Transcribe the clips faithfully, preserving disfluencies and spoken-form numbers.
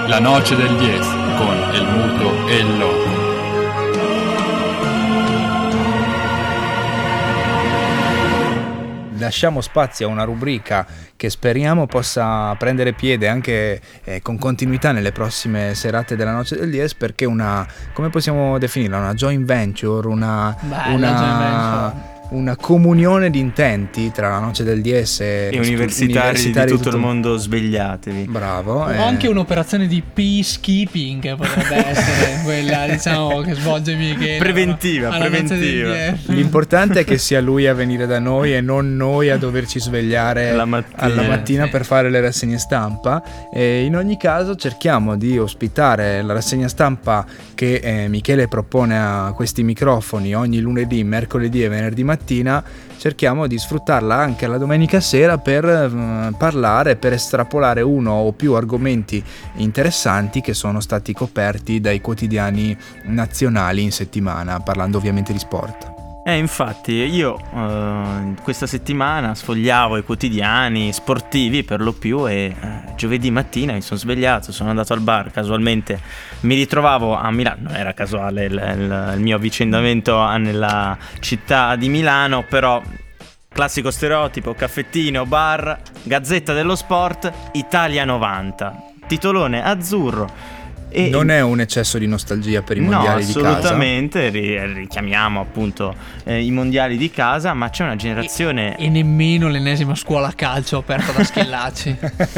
La noce del diez con el muto e il loco. Lasciamo spazio a una rubrica che speriamo possa prendere piede anche eh, con continuità nelle prossime serate della Noce del diez, perché una, come possiamo definirla, una joint venture, una, Bella una, joint venture. una comunione di intenti tra la Noce del diez e, e universitari, universitari di tutto, tutto il mondo, svegliatevi. Bravo. O eh. anche un'operazione di peacekeeping potrebbe essere quella, diciamo, che svolge Michele. Preventiva, alla, alla preventiva. L'importante è che sia lui a venire da noi e non noi a doverci svegliare la mattina, alla mattina sì. per fare le rassegne stampa. E in ogni caso cerchiamo di ospitare la rassegna stampa che eh, Michele propone a questi microfoni ogni lunedì, mercoledì e venerdì mattina. Cerchiamo di sfruttarla anche la domenica sera per uh, parlare, per estrapolare uno o più argomenti interessanti che sono stati coperti dai quotidiani nazionali in settimana, parlando ovviamente di sport. Eh, infatti io uh, questa settimana sfogliavo i quotidiani sportivi per lo più e uh, giovedì mattina mi sono svegliato, sono andato al bar, casualmente mi ritrovavo a Milano, non era casuale il, il, il mio avvicendamento nella città di Milano, però classico stereotipo, caffettino, bar, Gazzetta dello Sport, Italia novanta, titolone azzurro. E non è un eccesso di nostalgia per i mondiali di casa? No, assolutamente, richiamiamo appunto eh, i mondiali di casa, ma c'è una generazione... E, e nemmeno l'ennesima scuola calcio aperta da Schillaci.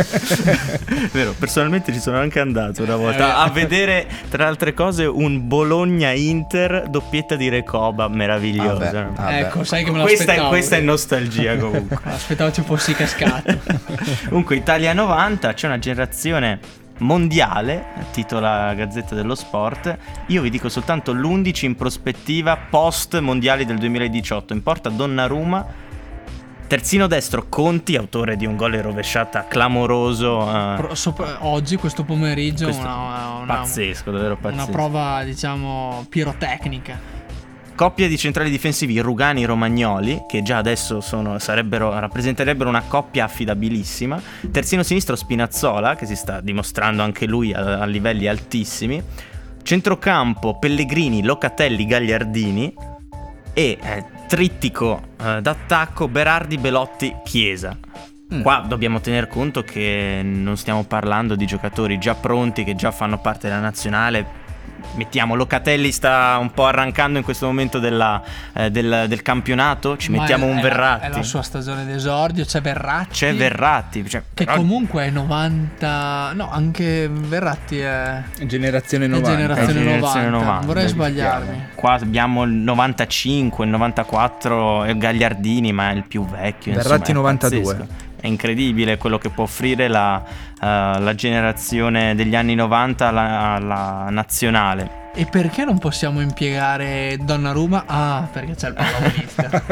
Vero, personalmente ci sono anche andato una volta a vedere, tra altre cose, un Bologna-Inter doppietta di Recoba, meravigliosa. Vabbè, vabbè. Ecco, sai che me questa l'aspettavo. È, questa è nostalgia comunque. Aspettavo ci fossi cascato. Comunque Italia novanta, c'è una generazione mondiale, titola Gazzetta dello Sport. Io vi dico soltanto l'undici in prospettiva post mondiali del duemiladiciotto. In porta Donnarumma, terzino destro Conti, autore di un gol in rovesciata clamoroso, uh, Sopra, oggi questo pomeriggio questo una, una, pazzesco, davvero pazzesco. Una prova, diciamo, pirotecnica. Coppia di centrali difensivi Rugani e Romagnoli, che già adesso sono, sarebbero, rappresenterebbero una coppia affidabilissima. Terzino sinistro Spinazzola, che si sta dimostrando anche lui a, a livelli altissimi. Centrocampo Pellegrini, Locatelli, Gagliardini. E eh, trittico eh, d'attacco Berardi, Belotti, Chiesa. Mm. Qua dobbiamo tener conto che non stiamo parlando di giocatori già pronti, che già fanno parte della nazionale. Mettiamo Locatelli sta un po' arrancando in questo momento della, eh, del, del campionato. Ci Ma mettiamo è, un è Verratti. La, è la sua stagione d'esordio. C'è Verratti. C'è Verratti cioè, che però... comunque è novanta. No, anche Verratti è generazione novanta. È generazione, è generazione novanta. novanta. Vorrei sbagliarmi. Qua abbiamo il novantacinque, il novantaquattro e Gagliardini, ma è il più vecchio. Verratti insomma, è novantadue. Pazzesco. È incredibile quello che può offrire la, uh, la generazione degli anni novanta alla, alla nazionale. E perché non possiamo impiegare Donnarumma? Ah, perché c'è il pallavolista.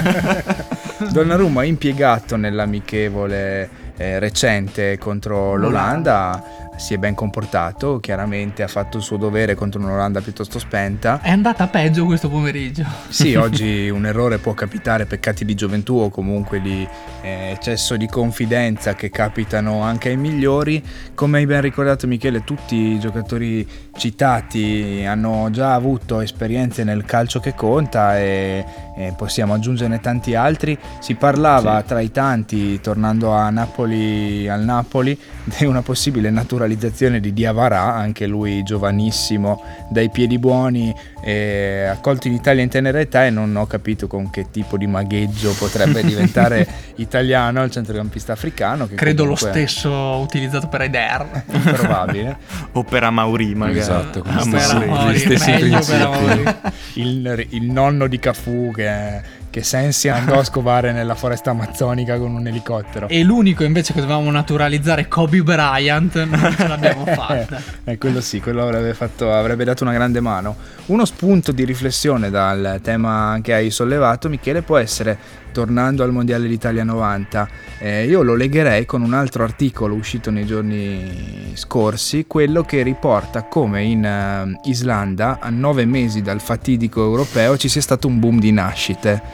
Donnarumma impiegato nell'amichevole eh, recente contro l'Olanda. Si è ben comportato, chiaramente ha fatto il suo dovere contro un'Olanda piuttosto spenta. È andata peggio questo pomeriggio. Sì, oggi un errore può capitare, peccati di gioventù o comunque di eh, eccesso di confidenza che capitano anche ai migliori. Come hai ben ricordato Michele, tutti i giocatori citati hanno già avuto esperienze nel calcio che conta e, e possiamo aggiungerne tanti altri. Si parlava sì. tra i tanti, tornando a Napoli, al Napoli, di una possibile naturalizzazione di Diawara, anche lui giovanissimo, dai piedi buoni, eh, accolto in Italia in tenera età, e non ho capito con che tipo di magheggio potrebbe diventare italiano il centrocampista africano, che credo comunque... lo stesso utilizzato per Eder. Probabile. O per Amauri magari. Esatto, ah, Amauri, gli stessi principi. il, il nonno di Cafu che che Sensi andò a scovare nella foresta amazzonica con un elicottero. E l'unico invece che dovevamo naturalizzare, Kobe Bryant, non ce l'abbiamo fatta. eh, quello sì, quello avrebbe fatto, avrebbe dato una grande mano. Uno spunto di riflessione dal tema che hai sollevato, Michele, può essere, tornando al Mondiale d'Italia novanta, eh, io lo legherei con un altro articolo uscito nei giorni scorsi, quello che riporta come in uh, Islanda, a nove mesi dal fatidico europeo, ci sia stato un boom di nascite.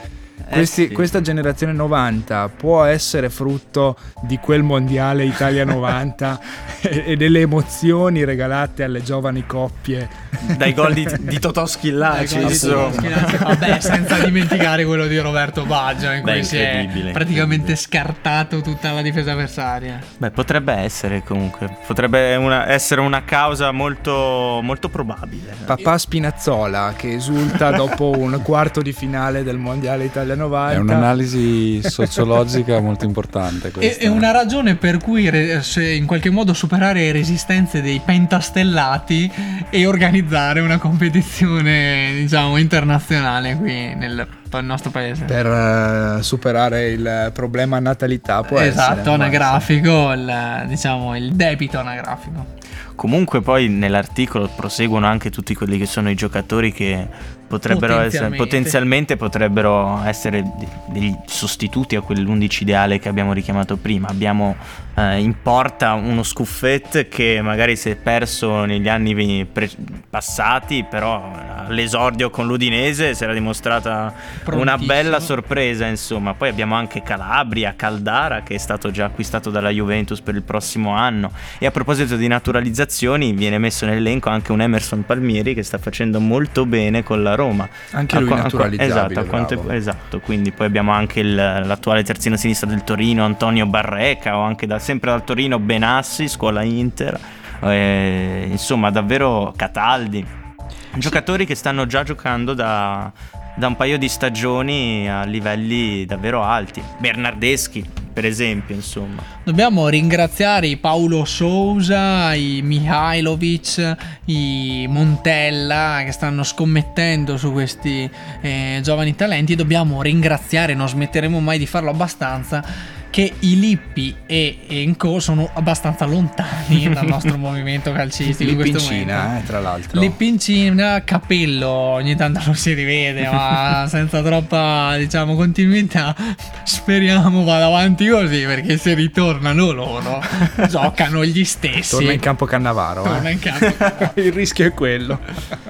Questi, sì. Questa generazione novanta può essere frutto di quel mondiale Italia novanta e, e delle emozioni regalate alle giovani coppie dai gol di, di Totò Schillaci, Dai, insomma. Schillaci, vabbè, senza dimenticare quello di Roberto Baggio in Beh, cui si è incredibile, praticamente incredibile. scartato tutta la difesa avversaria. Beh, potrebbe essere comunque, potrebbe una- essere una causa molto, molto probabile. Papà Spinazzola che esulta dopo un quarto di finale del mondiale Italia novanta. È un'analisi sociologica molto importante È, questa. è una ragione per cui re- se in qualche modo superare le resistenze dei pentastellati e organizzare una competizione, diciamo, internazionale qui nel, nel nostro paese. Per eh, superare il problema natalità può Esatto, essere. anagrafico, il, diciamo il debito anagrafico. Comunque poi nell'articolo proseguono anche tutti quelli che sono i giocatori che potrebbero essere Potenzialmente. potenzialmente potrebbero essere de- degli sostituti a quell'undici ideale che abbiamo richiamato prima. Abbiamo eh, in porta uno Scuffet che magari si è perso negli anni ve- pre- passati, però all'esordio con l'Udinese si era dimostrata una Prontissimo. bella sorpresa, insomma. Poi abbiamo anche Calabria, Caldara, che è stato già acquistato dalla Juventus per il prossimo anno. E a proposito di naturalizzazioni, viene messo nell'elenco anche un Emerson Palmieri che sta facendo molto bene con la Roma. Anche A lui qua- a qua- naturalizzabile, esatto, a quanto- bravo. esatto, quindi poi abbiamo anche il- l'attuale terzino sinistro del Torino, Antonio Barreca, o anche da- sempre dal Torino Benassi, scuola Inter. Eh, insomma, davvero Cataldi. Giocatori che stanno già giocando da, da un paio di stagioni a livelli davvero alti. Bernardeschi, per esempio, insomma. Dobbiamo ringraziare i Paulo Sousa, i Mihailovic, i Montella che stanno scommettendo su questi eh, giovani talenti. Dobbiamo ringraziare, non smetteremo mai di farlo abbastanza, che i Lippi e Enco sono abbastanza lontani dal nostro movimento calcistico in questo momento. Lippincina, eh, tra l'altro. Lippincina, Capello ogni tanto lo si rivede, ma senza troppa, diciamo, continuità. Speriamo vada avanti così, perché se ritornano loro giocano gli stessi. Torna in campo Cannavaro. Torna eh. in campo. Il rischio è quello.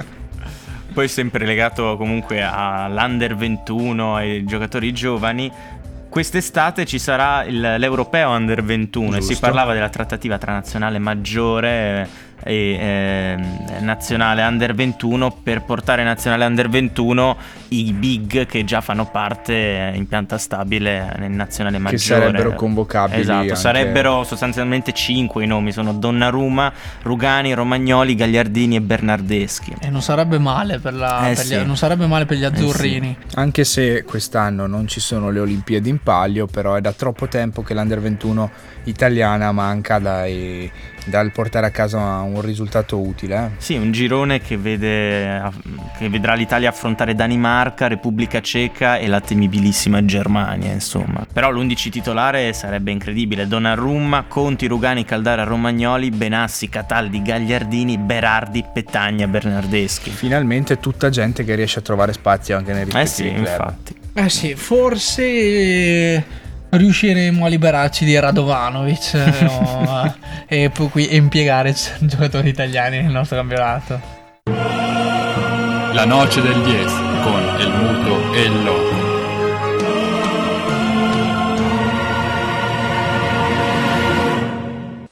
Poi sempre legato comunque all'Under ventuno, ai giocatori giovani. Quest'estate ci sarà il- l'Europeo Under ventuno e si Giusto. parlava della trattativa tra nazionale maggiore e eh, nazionale Under ventuno per portare nazionale Under ventuno i big che già fanno parte in pianta stabile nel nazionale maggiore. sarebbero convocabili Esatto, anche- sarebbero sostanzialmente cinque i nomi, sono Donnarumma, Rugani, Romagnoli, Gagliardini e Bernardeschi. E non sarebbe male per, la, Eh per sì. gli, non sarebbe male per gli Eh sì. azzurrini. Anche se quest'anno non ci sono le Olimpiadi in palio, però è da troppo tempo che l'Under ventuno italiana manca dai, dal portare a casa un risultato utile. eh. Sì, un girone che vede che vedrà l'Italia affrontare Danimarca, Repubblica Ceca e la temibilissima Germania, insomma. Però l'undici titolare sarebbe incredibile: Donnarumma, Conti, Rugani, Caldara, Romagnoli, Benassi, Cataldi, Gagliardini, Berardi, Petagna, Bernardeschi. Finalmente tutta gente che riesce a trovare spazio anche nei Eh sì, rispettivi club. infatti. Eh sì, forse eh, riusciremo a liberarci di Radovanovic eh, o, eh, e poi qui impiegare c- giocatori italiani nel nostro campionato. La noce del diez con el muto e el loco.